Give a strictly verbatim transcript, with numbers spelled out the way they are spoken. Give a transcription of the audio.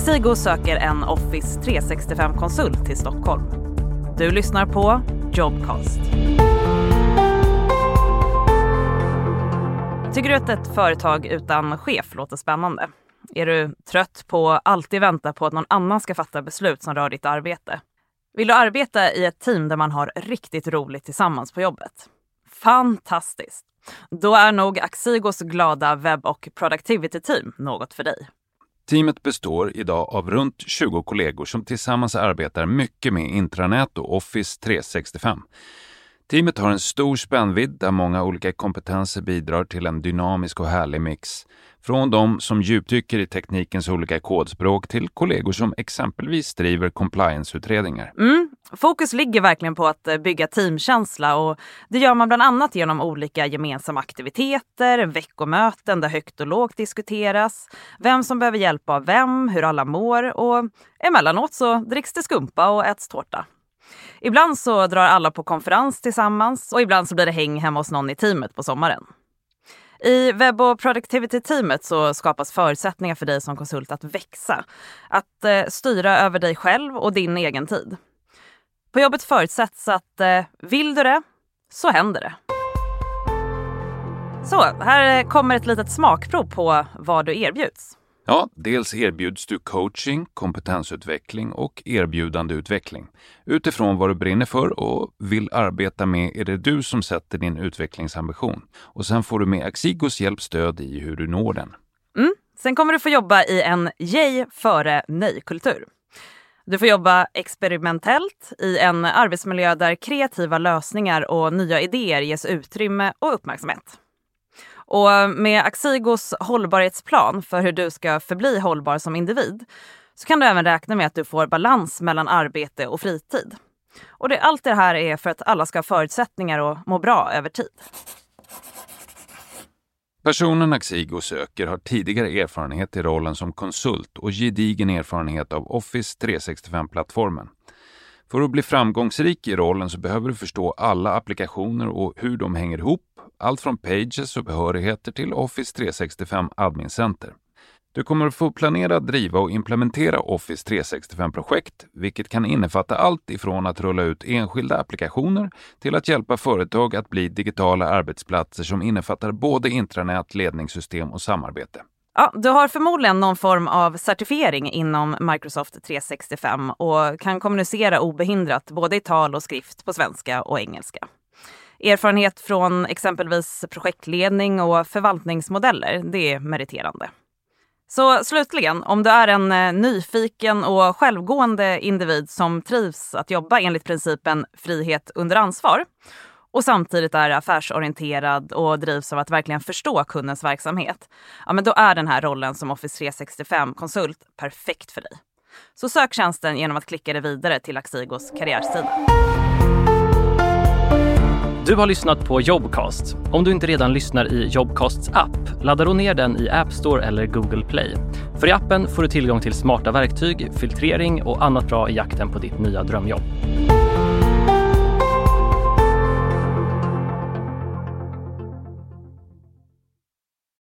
Axigo söker en Office tre sextiofem-konsult till Stockholm. Du lyssnar på Jobcast. Tycker du att ett företag utan chef låter spännande? Är du trött på att alltid vänta på att någon annan ska fatta beslut som rör ditt arbete? Vill du arbeta i ett team där man har riktigt roligt tillsammans på jobbet? Fantastiskt! Då är nog Axigos glada webb- och productivity-team något för dig. Teamet består idag av runt tjugo kollegor som tillsammans arbetar mycket med intranät och Office tre sextiofem. Teamet har en stor spännvidd där många olika kompetenser bidrar till en dynamisk och härlig mix. Från de som djupdyker i teknikens olika kodspråk till kollegor som exempelvis driver compliance-utredningar. Mm. Fokus ligger verkligen på att bygga teamkänsla, och det gör man bland annat genom olika gemensamma aktiviteter, veckomöten där högt och lågt diskuteras, vem som behöver hjälp av vem, hur alla mår, och emellanåt så dricks det skumpa och äts tårta. Ibland så drar alla på konferens tillsammans och ibland så blir det häng hemma hos någon i teamet på sommaren. I webb- och productivity-teamet så skapas förutsättningar för dig som konsult att växa. Att eh, styra över dig själv och din egen tid. På jobbet förutsätts att eh, vill du det, så händer det. Så, här kommer ett litet smakprov på vad du erbjuds. Ja, dels erbjuds du coaching, kompetensutveckling och erbjudandeutveckling. Utifrån vad du brinner för och vill arbeta med är det du som sätter din utvecklingsambition. Och sen får du med Axigos hjälp stöd i hur du når den. Mm. Sen kommer du få jobba i en yay före nej-kultur. Du får jobba experimentellt i en arbetsmiljö där kreativa lösningar och nya idéer ges utrymme och uppmärksamhet. Och med Axigos hållbarhetsplan för hur du ska förbli hållbar som individ så kan du även räkna med att du får balans mellan arbete och fritid. Och det, allt det här är för att alla ska ha förutsättningar att må bra över tid. Personen Axigo söker har tidigare erfarenhet i rollen som konsult och gedigen erfarenhet av Office tre sextiofem-plattformen. För att bli framgångsrik i rollen så behöver du förstå alla applikationer och hur de hänger ihop, allt från pages och behörigheter till Office tre sextiofem Admin Center. Du kommer att få planera, driva och implementera Office tre sextiofem-projekt, vilket kan innefatta allt ifrån att rulla ut enskilda applikationer till att hjälpa företag att bli digitala arbetsplatser som innefattar både intranät, ledningssystem och samarbete. Ja, du har förmodligen någon form av certifiering inom Microsoft tre sextiofem och kan kommunicera obehindrat både i tal och skrift på svenska och engelska. Erfarenhet från exempelvis projektledning och förvaltningsmodeller, det är meriterande. Så slutligen, om du är en nyfiken och självgående individ som trivs att jobba enligt principen frihet under ansvar och samtidigt är affärsorienterad och drivs av att verkligen förstå kundens verksamhet, ja, men då är den här rollen som Office tre sextiofem-konsult perfekt för dig. Så sök tjänsten genom att klicka dig vidare till Axigos karriärsida. Du har lyssnat på Jobcast. Om du inte redan lyssnar i Jobcasts app, ladda då ner den i App Store eller Google Play. För i appen får du tillgång till smarta verktyg, filtrering och annat bra i jakten på ditt nya drömjobb.